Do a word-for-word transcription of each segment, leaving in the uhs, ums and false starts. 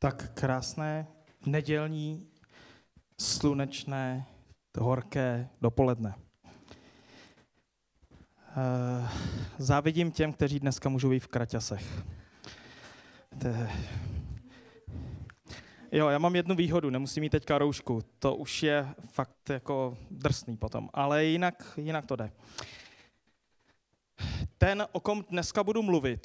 Tak krásné nedělní, slunečné, horké dopoledne. Závidím těm, kteří dneska můžou být v kraťasech. Jo, já mám jednu výhodu, nemusím mít teďka roušku. To už je fakt jako drsný potom, ale jinak, jinak to jde. Ten, o kom dneska budu mluvit,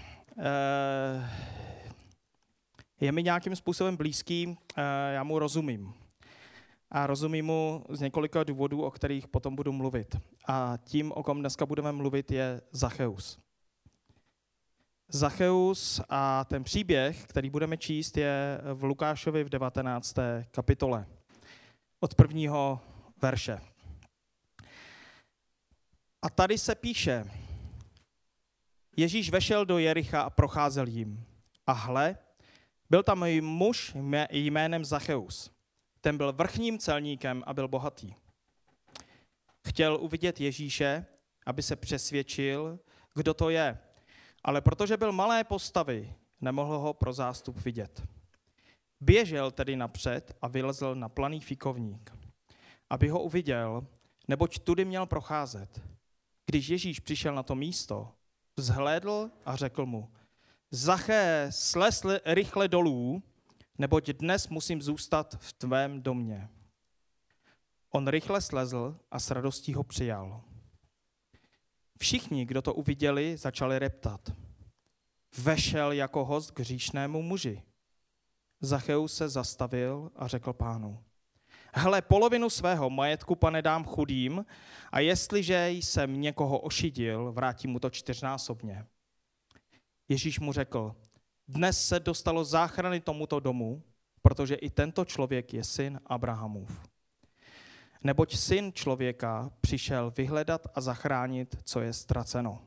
je mi nějakým způsobem blízký, já mu rozumím. A rozumím mu z několika důvodů, o kterých potom budu mluvit. A tím, o kom dneska budeme mluvit, je Zacheus. Zacheus a ten příběh, který budeme číst, je v Lukášovi v devatenácté kapitole. Od prvního verše. A tady se píše, Ježíš vešel do Jericha a procházel jím. A hle, byl tam muž jménem Zacheus. Ten byl vrchním celníkem a byl bohatý. Chtěl uvidět Ježíše, aby se přesvědčil, kdo to je. Ale protože byl malé postavy, nemohl ho pro zástup vidět. Běžel tedy napřed a vylezl na planý fikovník, aby ho uviděl, neboť tudy měl procházet. Když Ježíš přišel na to místo, vzhlédl a řekl mu, Zaché, slez rychle dolů, neboť dnes musím zůstat v tvém domě. On rychle slezl a s radostí ho přijal. Všichni, kdo to uviděli, začali reptat. Vešel jako host k hříšnému muži. Zacheus se zastavil a řekl pánu, hele, polovinu svého majetku, pane, dám chudým a jestliže jsem někoho ošidil, vrátím mu to čtyřnásobně. Ježíš mu řekl, dnes se dostalo záchrany tomuto domu, protože i tento člověk je syn Abrahamův. Neboť syn člověka přišel vyhledat a zachránit, co je ztraceno.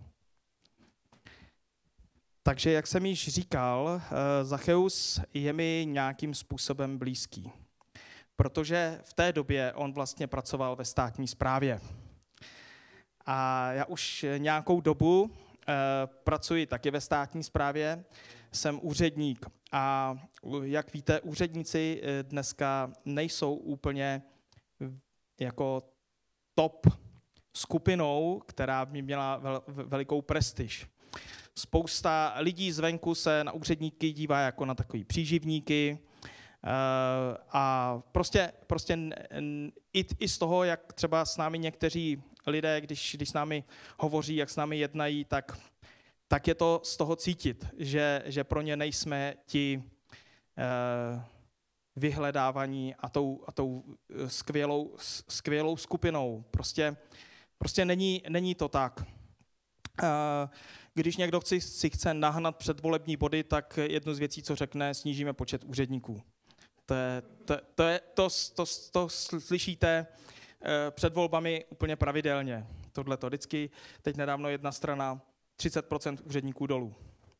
Takže, jak jsem již říkal, Zacheus je mi nějakým způsobem blízký, protože v té době on vlastně pracoval ve státní správě. A já už nějakou dobu pracuji taky ve státní správě, jsem úředník a jak víte, úředníci dneska nejsou úplně jako top skupinou, která by měla vel, velikou prestiž. Spousta lidí zvenku se na úředníky dívá jako na takový příživníky a prostě, prostě i, i z toho, jak třeba s námi někteří lidé, když, když s námi hovoří, jak s námi jednají, tak, tak je to z toho cítit, že, že pro ně nejsme ti eh, vyhledávaní a tou, a tou skvělou, skvělou skupinou. Prostě, prostě není, není to tak. Eh, když někdo chci, si chce nahnat předvolební body, tak jednu z věcí, co řekne, snížíme počet úředníků. To, je, to, to, je, to, to, to slyšíte před volbami úplně pravidelně. Tohle to vždycky, teď nedávno jedna strana, třicet procent úředníků dolů.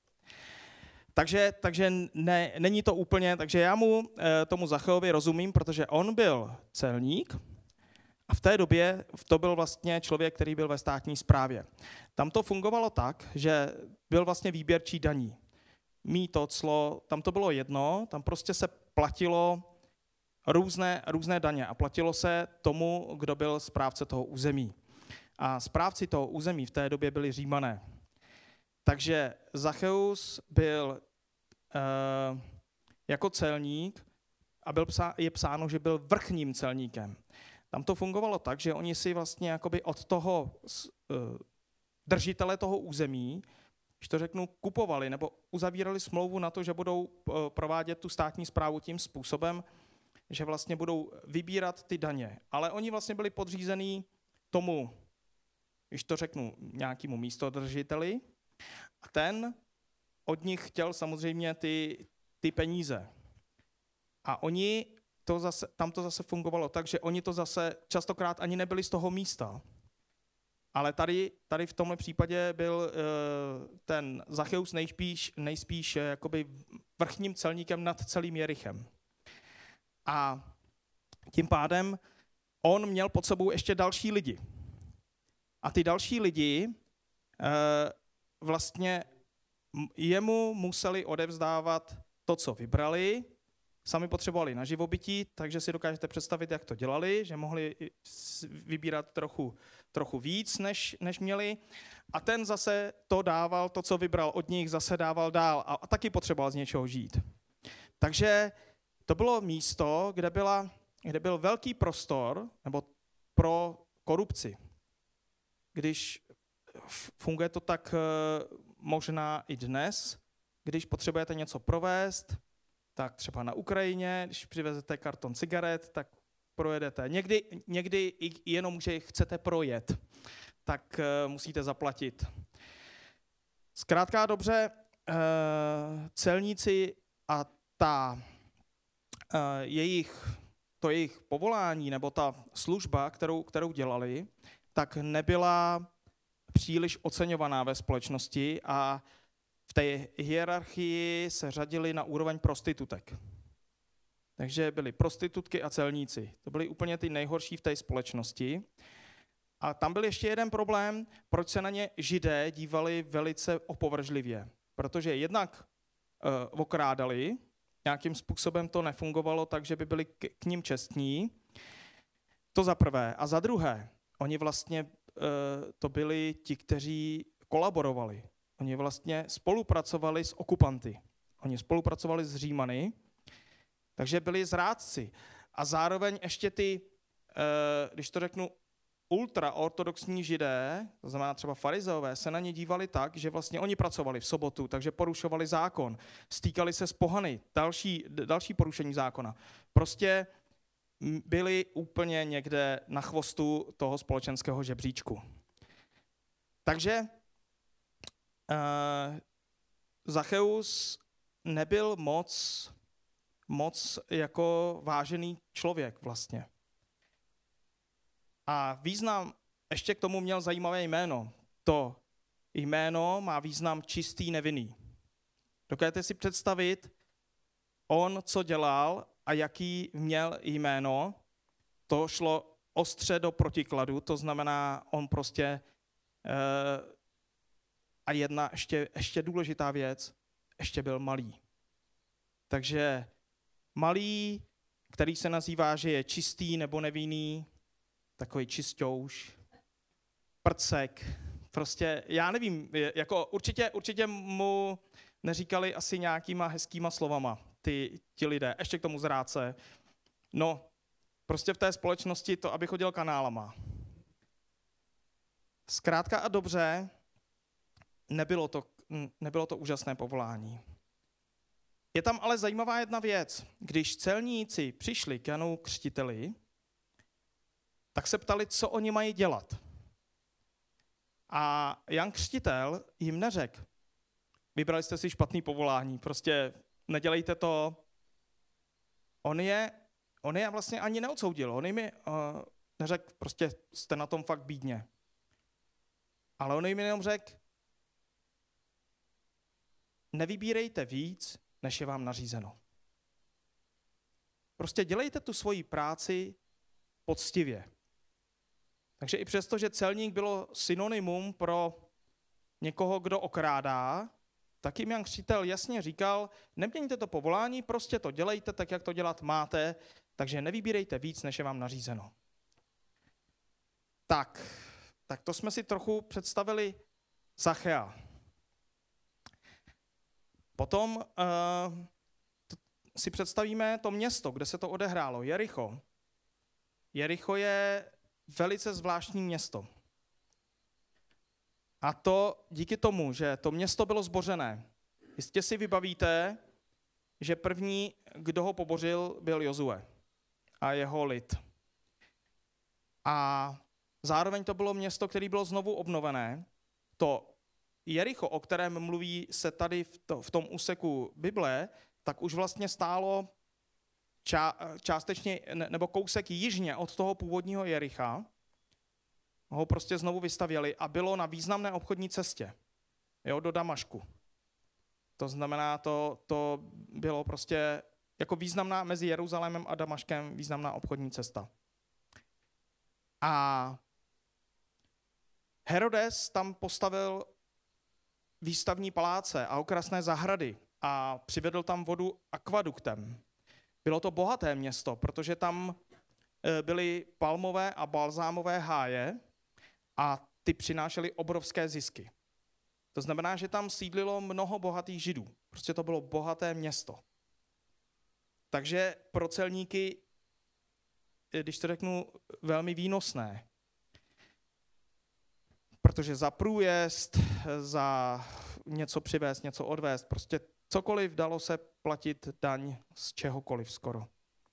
Takže, takže ne, není to úplně, takže já mu tomu Zacheovi rozumím, protože on byl celník a v té době to byl vlastně člověk, který byl ve státní správě. Tam to fungovalo tak, že byl vlastně výběrčí daní. Mýto, clo, tam to bylo jedno, tam prostě se platilo Různé, různé daně a platilo se tomu, kdo byl správce toho území. A správci toho území v té době byli Římané. Takže Zacheus byl uh, jako celník a byl psá, je psáno, že byl vrchním celníkem. Tam to fungovalo tak, že oni si vlastně jakoby od toho uh, držitele toho území, když to řeknu, kupovali nebo uzavírali smlouvu na to, že budou uh, provádět tu státní správu tím způsobem, že vlastně budou vybírat ty daně. Ale oni vlastně byli podřízení tomu, když to řeknu, nějakému místodržiteli a ten od nich chtěl samozřejmě ty, ty peníze. A oni to zase, tam to zase fungovalo tak, že oni to zase častokrát ani nebyli z toho místa. Ale tady, tady v tomhle případě byl uh, ten Zacheus nejspíš, nejspíš jakoby vrchním celníkem nad celým Jerichem. A tím pádem on měl pod sebou ještě další lidi. A ty další lidi e, vlastně jemu museli odevzdávat to, co vybrali, sami potřebovali na živobytí, takže si dokážete představit, jak to dělali, že mohli vybírat trochu, trochu víc, než, než měli. A ten zase to dával, to, co vybral od nich, zase dával dál a, a taky potřeboval z něčeho žít. Takže to bylo místo, kde, byla, kde byl velký prostor nebo pro korupci. Když funguje to tak možná i dnes, když potřebujete něco provést, tak třeba na Ukrajině, když přivezete karton cigaret, tak projedete. Někdy, někdy i jenom, že chcete projet, tak musíte zaplatit. Zkrátka dobře, celníci a ta jejich, to jejich povolání nebo ta služba, kterou, kterou dělali, tak nebyla příliš oceňovaná ve společnosti a v té hierarchii se řadili na úroveň prostitutek. Takže byly prostitutky a celníci. To byly úplně ty nejhorší v té společnosti. A tam byl ještě jeden problém, proč se na ně Židé dívali velice opovržlivě. Protože jednak uh, okrádali, nějakým způsobem to nefungovalo tak, že by byli k, k ním čestní. To za prvé. A za druhé, oni vlastně uh, to byli ti, kteří kolaborovali. Oni vlastně spolupracovali s okupanty. Oni spolupracovali s Římany, takže byli zrádci. A zároveň ještě ty, když to řeknu, ultraortodoxní Židé, to znamená třeba farizeové, se na ně dívali tak, že vlastně oni pracovali v sobotu, takže porušovali zákon, stýkali se s pohany, další, další porušení zákona. Prostě byli úplně někde na chvostu toho společenského žebříčku. Takže Uh, Zacheus nebyl moc, moc jako vážený člověk vlastně. A význam, ještě k tomu měl zajímavé jméno. To jméno má význam čistý nevinný. Dokážete si představit, on co dělal a jaký měl jméno, to šlo ostře do protikladu, to znamená, on prostě uh, a jedna ještě, ještě důležitá věc, ještě byl malý. Takže malý, který se nazývá, že je čistý nebo nevinný, takový čistouš, prcek, prostě já nevím, jako určitě, určitě mu neříkali asi nějakýma hezkýma slovama ty, ti lidé, ještě k tomu zrádce. No, prostě v té společnosti to, aby chodil kanálama. Zkrátka a dobře, Nebylo to, nebylo to úžasné povolání. Je tam ale zajímavá jedna věc. Když celníci přišli k Janu Křtiteli, tak se ptali, co oni mají dělat. A Jan Křtitel jim neřekl, vybrali jste si špatný povolání, prostě nedělejte to. On je, on je vlastně ani neodsoudil, on jim uh, neřekl, prostě jste na tom fakt bídně. Ale on jim jenom řekl, nevybírejte víc, než je vám nařízeno. Prostě dělejte tu svoji práci poctivě. Takže i přesto, že celník bylo synonymum pro někoho, kdo okrádá, tak jim Jan Křtitel jasně říkal, neměňte to povolání, prostě to dělejte tak, jak to dělat máte, takže nevybírejte víc, než je vám nařízeno. Tak, tak to jsme si trochu představili Zachea. Potom uh, to, si představíme to město, kde se to odehrálo, Jericho. Jericho je velice zvláštní město. A to díky tomu, že to město bylo zbořené. Jistě si vybavíte, že první, kdo ho pobořil, byl Jozue a jeho lid. A zároveň to bylo město, které bylo znovu obnovené. To Jericho, o kterém mluví se tady v, to, v tom úseku Bible, tak už vlastně stálo ča, částečně nebo kousek jižně od toho původního Jericha. Ho prostě znovu vystavěli a bylo na významné obchodní cestě, jo, do Damašku. To znamená, to, to bylo prostě jako významná mezi Jeruzalémem a Damaškem významná obchodní cesta. A Herodes tam postavil výstavní paláce a okrasné zahrady a přivedl tam vodu akvaduktem. Bylo to bohaté město, protože tam byly palmové a balzámové háje a ty přinášely obrovské zisky. To znamená, že tam sídlilo mnoho bohatých Židů. Prostě to bylo bohaté město. Takže pro celníky, když to řeknu, velmi výnosné. Protože za průjezd, za něco přivést, něco odvést, prostě cokoliv dalo se platit daň z čehokoliv skoro.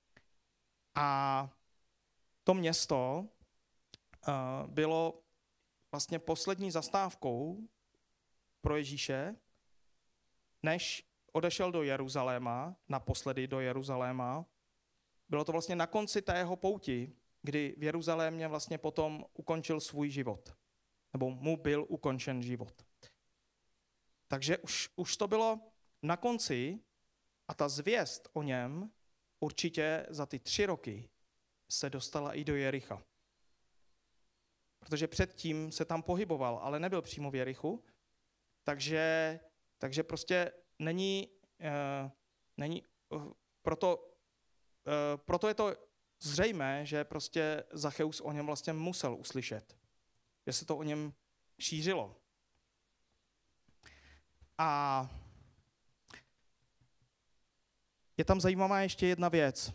A to město uh, bylo vlastně poslední zastávkou pro Ježíše, než odešel do Jeruzaléma, naposledy do Jeruzaléma. Bylo to vlastně na konci té jeho pouti, kdy v Jeruzalémě vlastně potom ukončil svůj život. Nebo mu byl ukončen život. Takže už, už to bylo na konci a ta zvěst o něm určitě za ty tři roky se dostala i do Jericha. Protože předtím se tam pohyboval, ale nebyl přímo v Jerichu, takže, takže prostě není, uh, není uh, proto, uh, proto je to zřejmé, že prostě Zacheus o něm vlastně musel uslyšet, že se to o něm šířilo. A je tam zajímavá ještě jedna věc.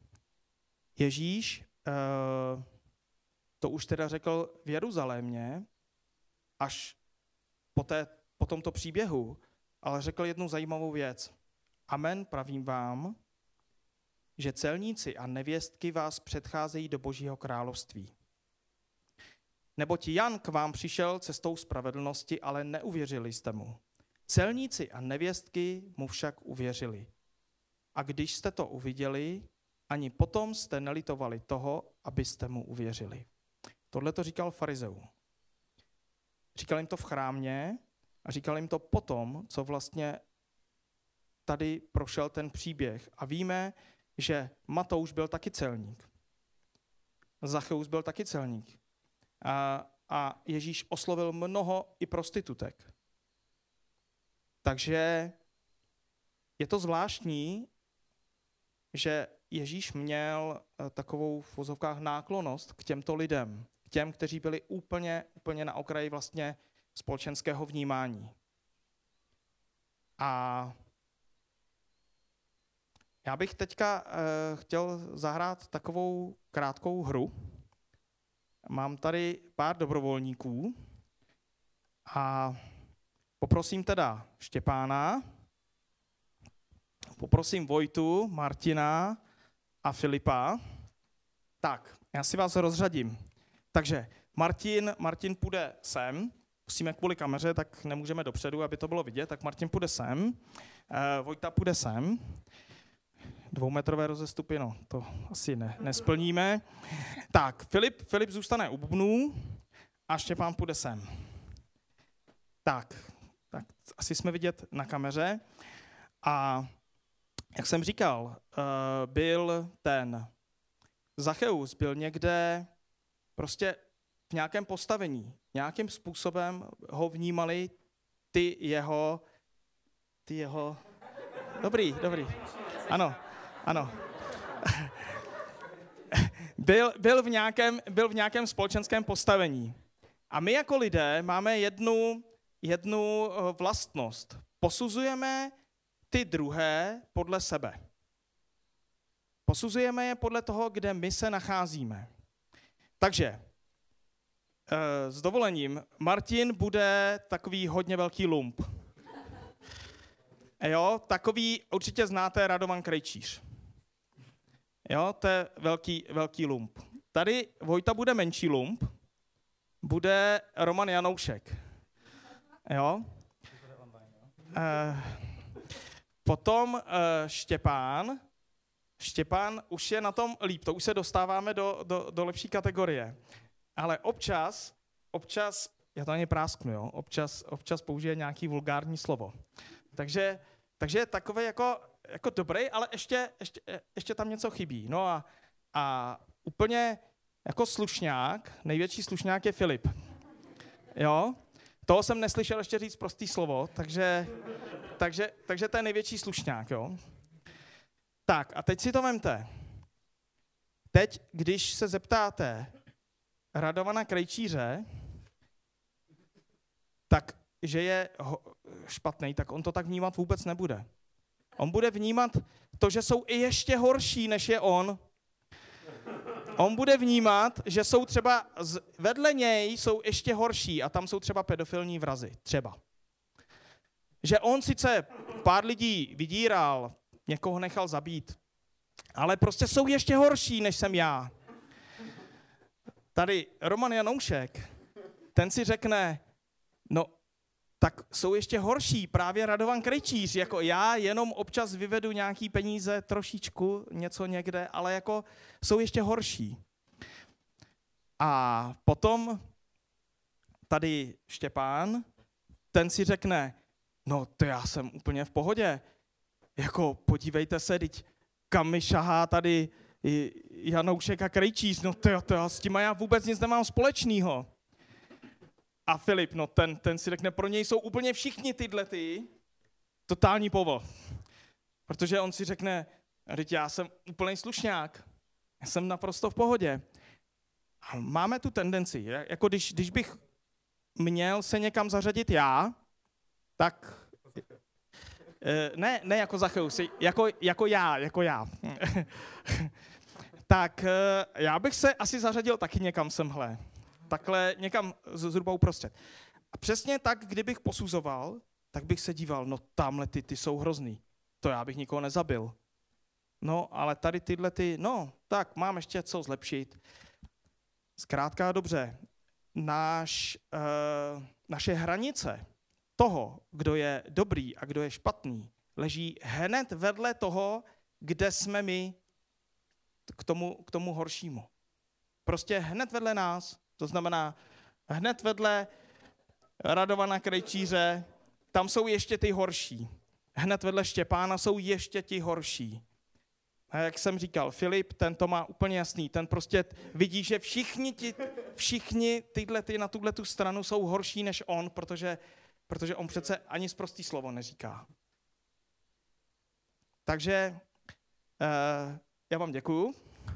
Ježíš uh, to už teda řekl v Jeruzalémě, až po, té, po tomto příběhu, ale řekl jednu zajímavou věc. Amen, pravím vám, že celníci a nevěstky vás předcházejí do Božího království. Neboť Jan k vám přišel cestou spravedlnosti, ale neuvěřili jste mu. Celníci a nevěstky mu však uvěřili. A když jste to uviděli, ani potom jste nelitovali toho, abyste mu uvěřili. Tohle to říkal farizeům. Říkal jim to v chrámě a říkal jim to potom, co vlastně tady prošel ten příběh. A víme, že Matouš byl taky celník. Zacheus byl taky celník. A, a Ježíš oslovil mnoho i prostitutek. Takže je to zvláštní, že Ježíš měl takovou v vozovkách náklonnost k těmto lidem, k těm, kteří byli úplně, úplně na okraji vlastně společenského vnímání. A já bych teďka uh, chtěl zahrát takovou krátkou hru. Mám tady pár dobrovolníků a poprosím teda Štěpána, poprosím Vojtu, Martina a Filipa. Tak, já si vás rozřadím. Takže Martin, Martin půjde sem, musíme kvůli kameře, tak nemůžeme dopředu, aby to bylo vidět, tak Martin půjde sem, Vojta půjde sem. Dvoumetrové rozestupy, no, to asi ne, nesplníme. Tak, Filip, Filip zůstane u bubnů a Štěpán půjde sem. Tak, tak, asi jsme vidět na kameře. A jak jsem říkal, byl ten Zacheus, byl někde prostě v nějakém postavení, nějakým způsobem ho vnímali ty jeho, ty jeho, dobrý, dobrý, ano, ano. Byl, byl, v nějakém, byl v nějakém společenském postavení. A my jako lidé máme jednu, jednu vlastnost. Posuzujeme ty druhé podle sebe. Posuzujeme je podle toho, kde my se nacházíme. Takže s dovolením, Martin bude takový hodně velký lump. Jo, takový, určitě znáte Radovan Krejčíř. Jo, to je velký, velký lump. Tady Vojta bude menší lump, bude Roman Janoušek. Jo. Eh, potom eh, Štěpán. Štěpán už je na tom líp, to už se dostáváme do, do, do lepší kategorie. Ale občas, občas, já to ani prásknu, jo, občas, občas použije nějaký vulgární slovo. Takže, takže je takový jako, jako dobrý, ale ještě, ještě, ještě tam něco chybí. No a, a úplně jako slušňák, největší slušňák je Filip. Jo, toho jsem neslyšel ještě říct prostý slovo, takže, takže, takže to je největší slušňák, jo. Tak a teď si to vemte. Teď, když se zeptáte Radovana Krejčíře, tak, že je špatný, tak on to tak vnímat vůbec nebude. On bude vnímat to, že jsou i ještě horší, než je on. On bude vnímat, že jsou třeba z, vedle něj jsou ještě horší a tam jsou třeba pedofilní vrazi. Třeba. Že on sice pár lidí vydíral, někoho nechal zabít, ale prostě jsou ještě horší, než jsem já. Tady Roman Janoušek, ten si řekne, no, tak jsou ještě horší, právě Radovan Krejčíř, jako já jenom občas vyvedu nějaký peníze, trošičku, něco někde, ale jako jsou ještě horší. A potom tady Štěpán, ten si řekne, no to já jsem úplně v pohodě, jako podívejte se, teď kam mi šahá tady Janoušek a Krejčíř, no to, to já s tím já vůbec nic nemám společného. A Filip, no ten, ten si řekne, pro něj jsou úplně všichni tyhle ty totální povol. Protože on si řekne, teď já jsem úplný slušňák, já jsem naprosto v pohodě. A máme tu tendenci, jako když, když bych měl se někam zařadit já, tak ne, ne jako Zacheus, jako, jako já, jako já. Tak já bych se asi zařadil taky někam semhle. Takhle někam zhruba uprostřed. A přesně tak, kdybych posuzoval, tak bych se díval, no tamhle ty, ty jsou hrozný. To já bych nikoho nezabil. No, ale tady tyhle ty, no, tak mám ještě co zlepšit. Zkrátka a dobře, náš, uh, naše hranice toho, kdo je dobrý a kdo je špatný, leží hned vedle toho, kde jsme my k tomu, k tomu horšímu. Prostě hned vedle nás. To znamená, hned vedle Radovana Krejčíře, tam jsou ještě ty horší. Hned vedle Štěpána jsou ještě ti horší. A jak jsem říkal, Filip, ten to má úplně jasný. Ten prostě vidí, že všichni, ti, všichni tyhle ty na tuhle tu stranu jsou horší než on, protože, protože on přece ani sprostý slovo neříká. Takže uh, já vám děkuju.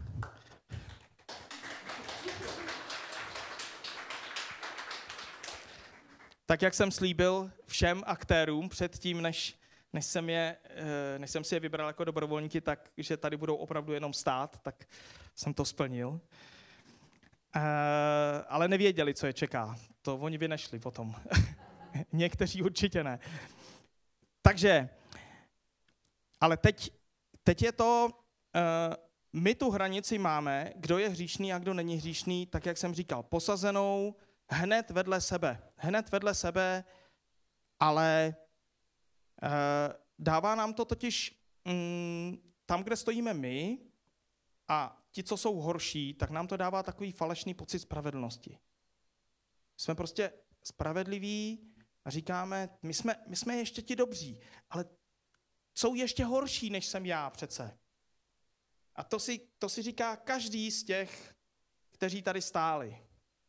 Tak, jak jsem slíbil všem aktérům předtím, než, než, jsem je, než jsem si je vybral jako dobrovolníky, tak, že tady budou opravdu jenom stát, tak jsem to splnil. E, ale nevěděli, co je čeká. To oni by nešli potom. Někteří určitě ne. Takže, ale teď, teď je to, e, my tu hranici máme, kdo je hříšný a kdo není hříšný, tak jak jsem říkal, posazenou hned vedle sebe. Hned vedle sebe, ale e, dává nám to totiž mm, tam, kde stojíme my a ti, co jsou horší, tak nám to dává takový falešný pocit spravedlnosti. Jsme prostě spravedliví a říkáme, my jsme, my jsme ještě ti dobří, ale jsou ještě horší, než jsem já přece. A to si, to si říká každý z těch, kteří tady stáli.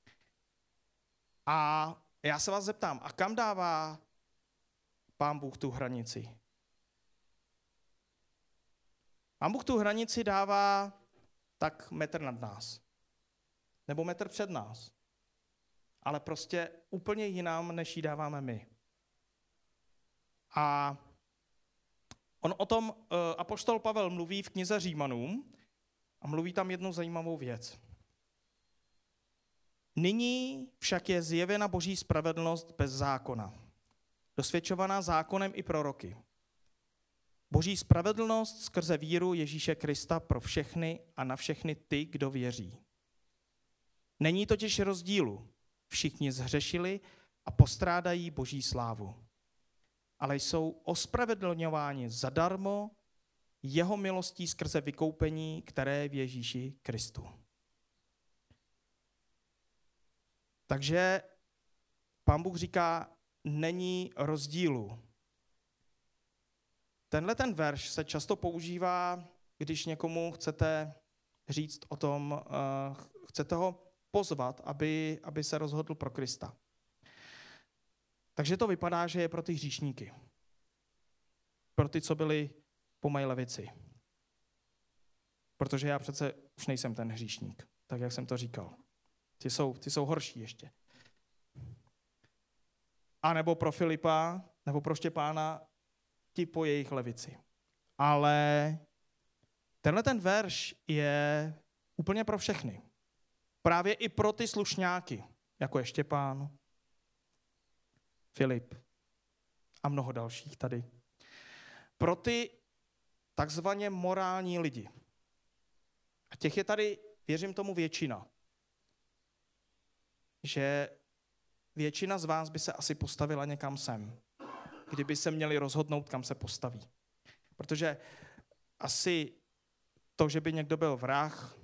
A já se vás zeptám, a kam dává Pán Bůh tu hranici? Pán Bůh tu hranici dává tak metr nad nás. Nebo metr před nás. Ale prostě úplně jinam, než ji dáváme my. A on o tom uh, apoštol Pavel mluví v knize Římanům a mluví tam jednu zajímavou věc. Nyní však je zjevena Boží spravedlnost bez zákona, dosvědčovaná zákonem i proroky. Boží spravedlnost skrze víru Ježíše Krista pro všechny a na všechny ty, kdo věří. Není totiž rozdílu. Všichni zhřešili a postrádají Boží slávu. Ale jsou ospravedlňováni zadarmo jeho milostí skrze vykoupení, které je v Ježíši Kristu. Takže Pán Bůh říká, není rozdílu. Tenhle ten verš se často používá, když někomu chcete říct o tom, uh, chcete ho pozvat, aby, aby se rozhodl pro Krista. Takže to vypadá, že je pro ty hříšníky. pro ty, co byli po mé levici. Protože já přece už nejsem ten hříšník, tak jak jsem to říkal. Ty jsou, ty jsou horší ještě. A nebo pro Filipa, nebo pro Štěpána, ti po jejich levici. Ale tenhle ten verš je úplně pro všechny. Právě i pro ty slušňáky, jako je Štěpán, Filip a mnoho dalších tady. Pro ty takzvaně morální lidi. A těch je tady, věřím tomu, většina. Že většina z vás by se asi postavila někam sem, kdyby se měli rozhodnout, kam se postaví. Protože asi to, že by někdo byl vrah,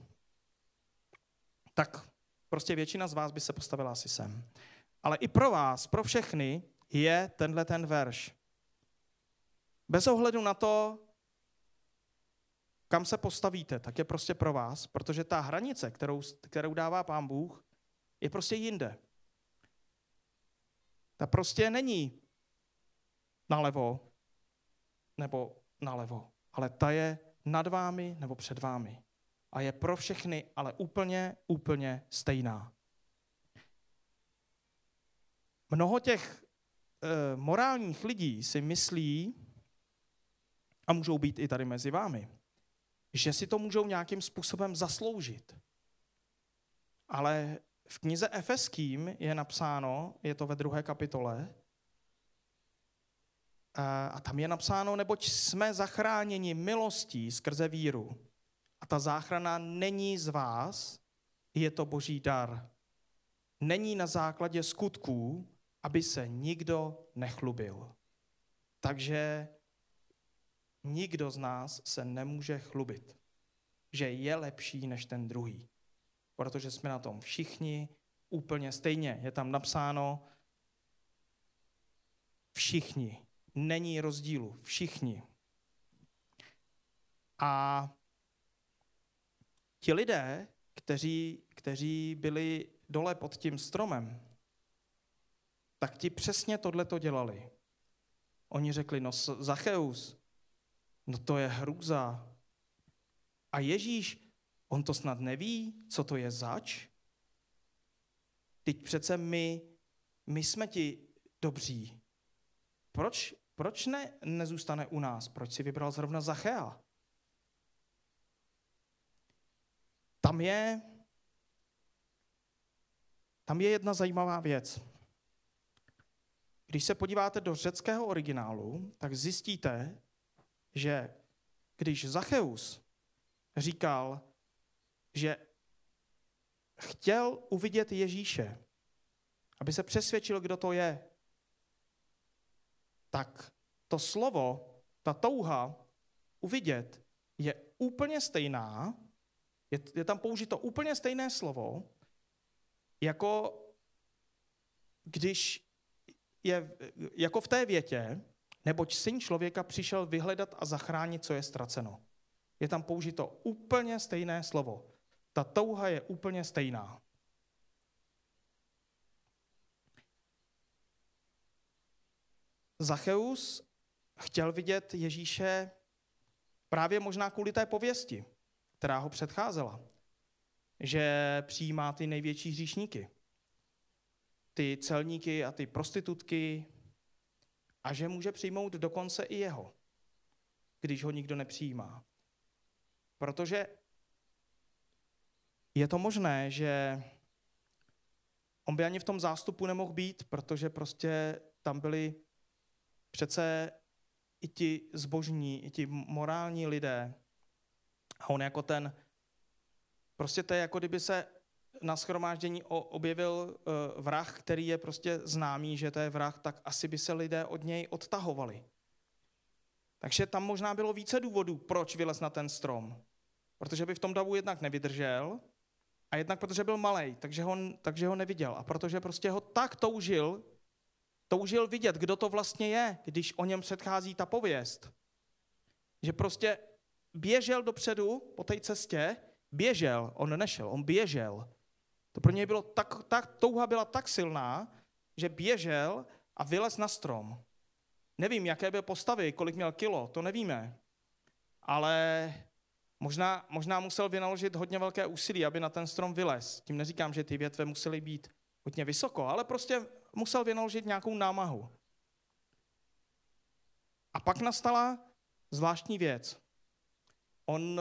tak prostě většina z vás by se postavila asi sem. Ale i pro vás, pro všechny, je tenhle ten verš. Bez ohledu na to, kam se postavíte, tak je prostě pro vás, protože ta hranice, kterou, kterou dává Pán Bůh, je prostě jinde. Ta prostě není nalevo nebo nalevo, ale ta je nad vámi nebo před vámi. A je pro všechny, ale úplně, úplně stejná. Mnoho těch e, morálních lidí si myslí, a můžou být i tady mezi vámi, že si to můžou nějakým způsobem zasloužit. Ale v knize Efeským je napsáno, je to ve druhé kapitole, a tam je napsáno, neboť jsme zachráněni milostí skrze víru. A ta záchrana není z vás, je to Boží dar. Není na základě skutků, aby se nikdo nechlubil. Takže nikdo z nás se nemůže chlubit, že je lepší než ten druhý. Protože jsme na tom všichni úplně stejně. Je tam napsáno všichni. Není rozdílu. Všichni. A ti lidé, kteří, kteří byli dole pod tím stromem, tak ti přesně tohleto dělali. Oni řekli, no Zacheus, no to je hrůza. A Ježíš, on to snad neví, co to je zač? Teď přece my, my jsme ti dobří. Proč, proč ne, nezůstane u nás? Proč si vybral zrovna Zachea? Tam je, tam je jedna zajímavá věc. Když se podíváte do řeckého originálu, tak zjistíte, že když Zacheus říkal, že chtěl uvidět Ježíše, aby se přesvědčil, kdo to je, tak to slovo, ta touha uvidět je úplně stejná, je, je tam použito úplně stejné slovo, jako když je, jako v té větě, neboť syn člověka přišel vyhledat a zachránit, co je ztraceno. Je tam použito úplně stejné slovo. Ta touha je úplně stejná. Zacheus chtěl vidět Ježíše právě možná kvůli té pověsti, která ho předcházela, že přijímá ty největší hříšníky, ty celníky a ty prostitutky a že může přijmout dokonce i jeho, když ho nikdo nepřijímá. Protože je to možné, že on by ani v tom zástupu nemohl být, protože prostě tam byli přece i ti zbožní, i ti morální lidé. A on jako ten, prostě to je jako kdyby se na shromáždění objevil vrah, který je prostě známý, že to je vrah, tak asi by se lidé od něj odtahovali. Takže tam možná bylo více důvodů, proč vylez na ten strom. Protože by v tom davu jednak nevydržel a jednak protože byl malej, takže ho, takže ho neviděl. A protože prostě ho tak toužil, toužil vidět, kdo to vlastně je, když o něm předchází ta pověst. Že prostě běžel dopředu po té cestě, běžel, on nešel, on běžel. To pro něj bylo tak, tak, touha byla tak silná, že běžel a vylez na strom. Nevím, jaké byl postavy, kolik měl kilo, to nevíme. Ale možná, možná musel vynaložit hodně velké úsilí, aby na ten strom vylez. Tím neříkám, že ty větve musely být hodně vysoko, ale prostě musel vynaložit nějakou námahu. A pak nastala zvláštní věc. On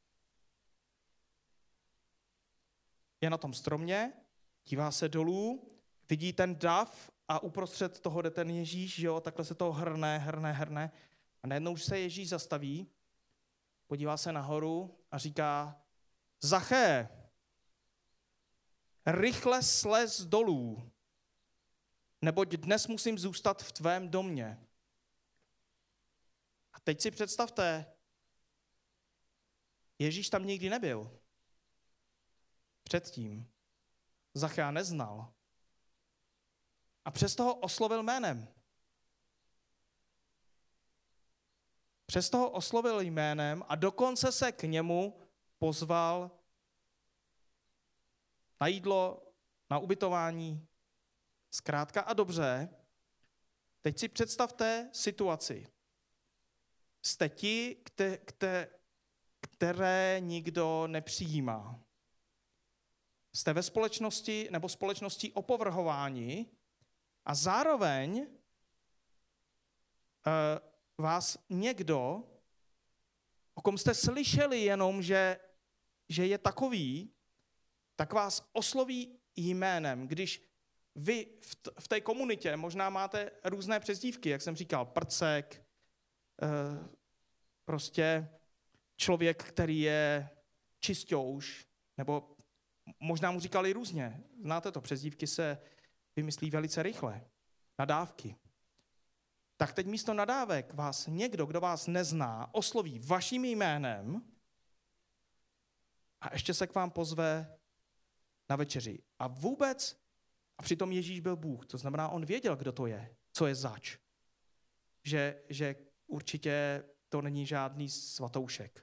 je na tom stromě, dívá se dolů, vidí ten dav a uprostřed toho jde ten Ježíš, jo, takhle se to hrne, hrne, hrne. A najednou už se Ježíš zastaví, podívá se nahoru a říká: Zaché, rychle slez dolů, neboť dnes musím zůstat v tvém domě. A teď si představte, Ježíš tam nikdy nebyl. Předtím. Zachéa neznal. A přesto ho oslovil jménem. Přesto ho oslovil jménem a dokonce se k němu pozval na jídlo, na ubytování. Zkrátka a dobře, teď si představte situaci. Jste ti, kte, kte, které nikdo nepřijímá. Jste ve společnosti nebo společností opovrhování a zároveň uh, vás někdo, o kom jste slyšeli jenom, že, že je takový, tak vás osloví jménem. Když vy v, t- v té komunitě možná máte různé přezdívky, jak jsem říkal, prcek, uh, prostě člověk, který je čisťouš, nebo možná mu říkali různě. Znáte to, přezdívky se vymyslí velice rychle. Nadávky. Tak teď místo nadávek vás někdo, kdo vás nezná, osloví vaším jménem a ještě se k vám pozve na večeři. A vůbec, a přitom Ježíš byl Bůh, to znamená, on věděl, kdo to je, co je zač. Že, že určitě to není žádný svatoušek.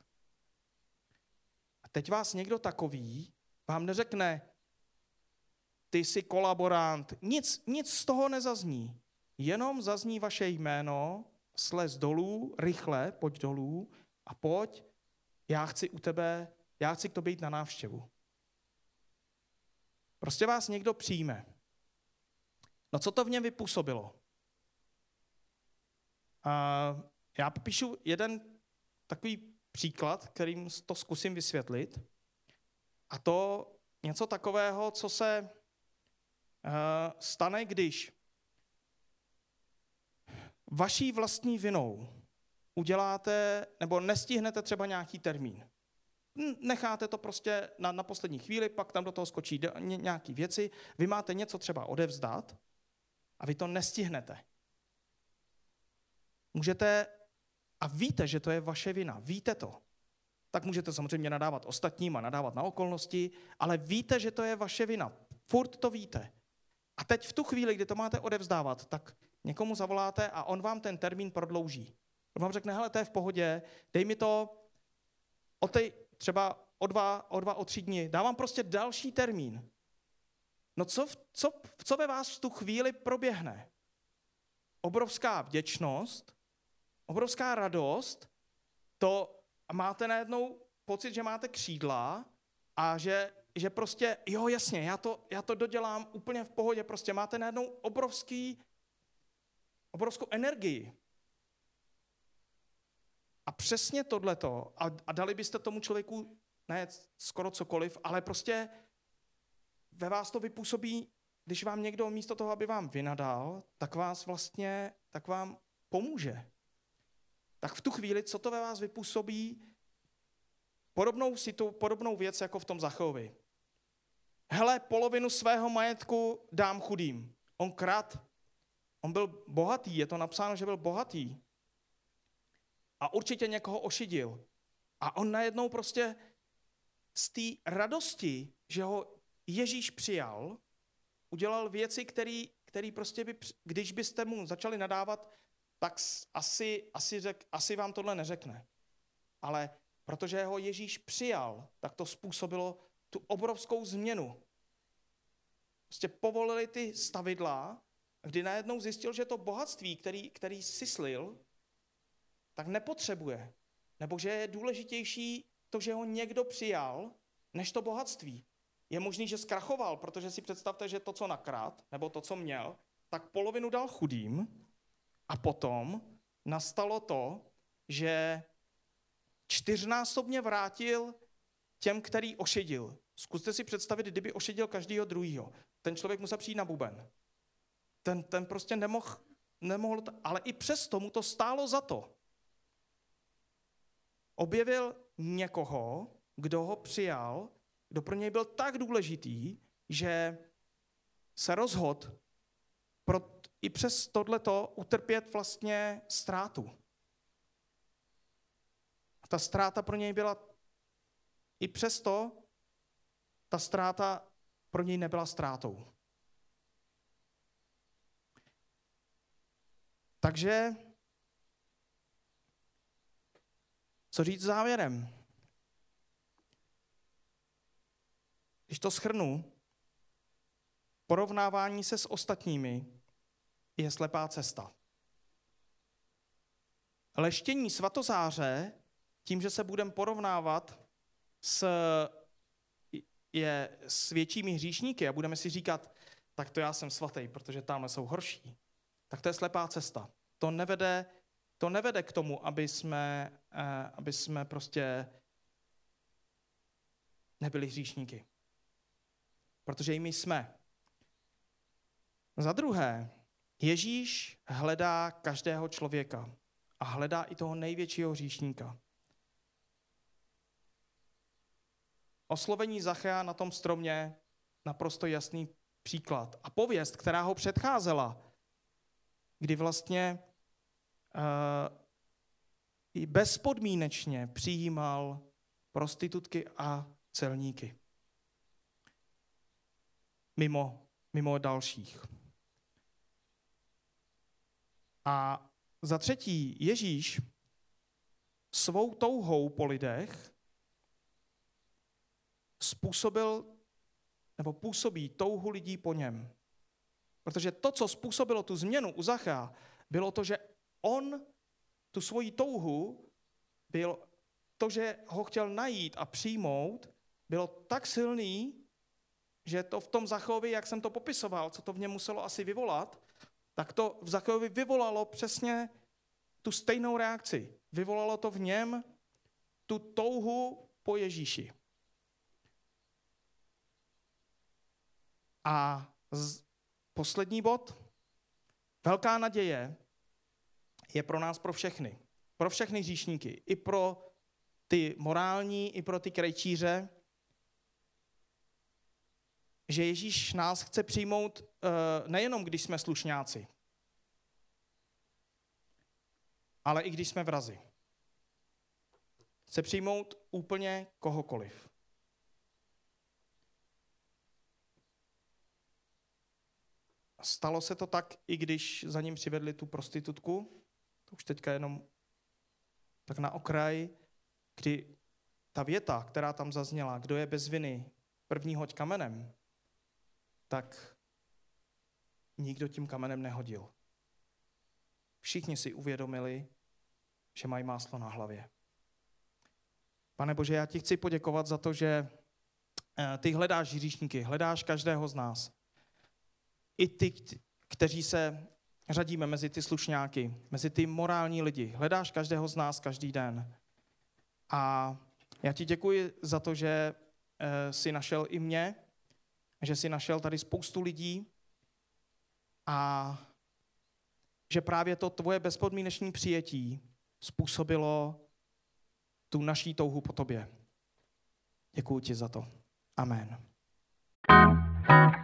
A teď vás někdo takový vám neřekne, ty jsi kolaborant, nic, nic z toho nezazní. Jenom zazní vaše jméno, slez dolů, rychle, pojď dolů a pojď, já chci u tebe, já chci k tobě jít na návštěvu. Prostě vás někdo přijme. No co to v něm vypůsobilo? A já popíšu jeden takový příklad, kterým to zkusím vysvětlit. A to něco takového, co se uh, stane, když vaší vlastní vinou uděláte, nebo nestihnete třeba nějaký termín. Necháte to prostě na, na poslední chvíli, pak tam do toho skočí nějaký věci, vy máte něco třeba odevzdat a vy to nestihnete. Můžete, a víte, že to je vaše vina, víte to, tak můžete samozřejmě nadávat ostatním a nadávat na okolnosti, ale víte, že to je vaše vina. Furt to víte. A teď v tu chvíli, kdy to máte odevzdávat, tak někomu zavoláte a on vám ten termín prodlouží. On vám řekne, hele, to je v pohodě, dej mi to o tej, třeba o dva, o dva, o tři dny. Dávám prostě další termín. No co, co, co ve vás v tu chvíli proběhne? Obrovská vděčnost, obrovská radost, to a máte najednou pocit, že máte křídla a že, že prostě, jo jasně, já to, já to dodělám úplně v pohodě, prostě máte najednou obrovský, obrovskou energii. A přesně tohleto, a, a dali byste tomu člověku ne skoro cokoliv, ale prostě ve vás to vypůsobí, když vám někdo místo toho, aby vám vynadal, tak vás vlastně, tak vám pomůže. Tak v tu chvíli, co to ve vás vypůsobí, podobnou, situ, podobnou věc jako v tom Zachéovi. Hele, polovinu svého majetku dám chudým. On krad, on byl bohatý, je to napsáno, že byl bohatý. A určitě někoho ošidil. A on najednou prostě z té radosti, že ho Ježíš přijal, udělal věci, které prostě by, když byste mu začali nadávat, tak asi, asi, řek, asi vám tohle neřekne. Ale protože ho Ježíš přijal, tak to způsobilo tu obrovskou změnu. Prostě povolili ty stavidla, kdy najednou zjistil, že to bohatství, který, který si slil, tak nepotřebuje. Nebo že je důležitější to, že ho někdo přijal, než to bohatství. Je možný, že zkrachoval, protože si představte, že to, co nakrát, nebo to, co měl, tak polovinu dal chudým a potom nastalo to, že čtyřnásobně vrátil těm, který ošidil. Zkuste si představit, kdyby ošidil každýho druhýho. Ten člověk musel přijít na buben. Ten, ten prostě nemohl, nemohl, ale i přesto mu to stálo za to. Objevil někoho, kdo ho přijal, kdo pro něj byl tak důležitý, že se rozhodl pro, i přes tohleto utrpět vlastně ztrátu. A ta ztráta pro něj byla, i přesto ta ztráta pro něj nebyla ztrátou. Takže, co říct závěrem? Když to shrnu, porovnávání se s ostatními je slepá cesta. Leštění svatozáře, tím, že se budeme porovnávat s, je, s většími hříšníky a budeme si říkat, tak to já jsem svatý, protože tamhle jsou horší, tak to je slepá cesta. To nevede, to nevede k tomu, aby jsme, eh, aby jsme prostě nebyli hříšníky. Protože i my jsme. Za druhé, Ježíš hledá každého člověka a hledá i toho největšího hříšníka. Oslovení Zachea na tom stromě naprosto jasný příklad. A pověst, která ho předcházela, kdy vlastně uh, i bezpodmínečně přijímal prostitutky a celníky. Mimo, mimo dalších. A za třetí, Ježíš svou touhou po lidech způsobil nebo působí touhu lidí po něm. Protože to, co způsobilo tu změnu u Zachea, bylo to, že on tu svoji touhu, byl to, že ho chtěl najít a přijmout, bylo tak silný, že to v tom Zacheovi, jak jsem to popisoval, co to v něm muselo asi vyvolat, tak to v Zacheovi vyvolalo přesně tu stejnou reakci. Vyvolalo to v něm tu touhu po Ježíši. A z, poslední bod. Velká naděje je pro nás, pro všechny. Pro všechny hříšníky. I pro ty morální, i pro ty krejčíře. Že Ježíš nás chce přijmout uh, nejenom, když jsme slušňáci, ale i když jsme vrazi. Chce přijmout úplně kohokoliv. Stalo se to tak, i když za ním přivedli tu prostitutku, to už teďka jenom tak na okraj, kdy ta věta, která tam zazněla, kdo je bez viny, první hoď kamenem, tak nikdo tím kamenem nehodil. Všichni si uvědomili, že mají máslo na hlavě. Pane Bože, já ti chci poděkovat za to, že ty hledáš hříšníky, hledáš každého z nás. I ty, kteří se řadíme mezi ty slušňáky, mezi ty morální lidi. Hledáš každého z nás každý den. A já ti děkuji za to, že jsi našel i mě, že jsi našel tady spoustu lidí a že právě to tvoje bezpodmínečné přijetí způsobilo tu naší touhu po tobě. Děkuji ti za to. Amen.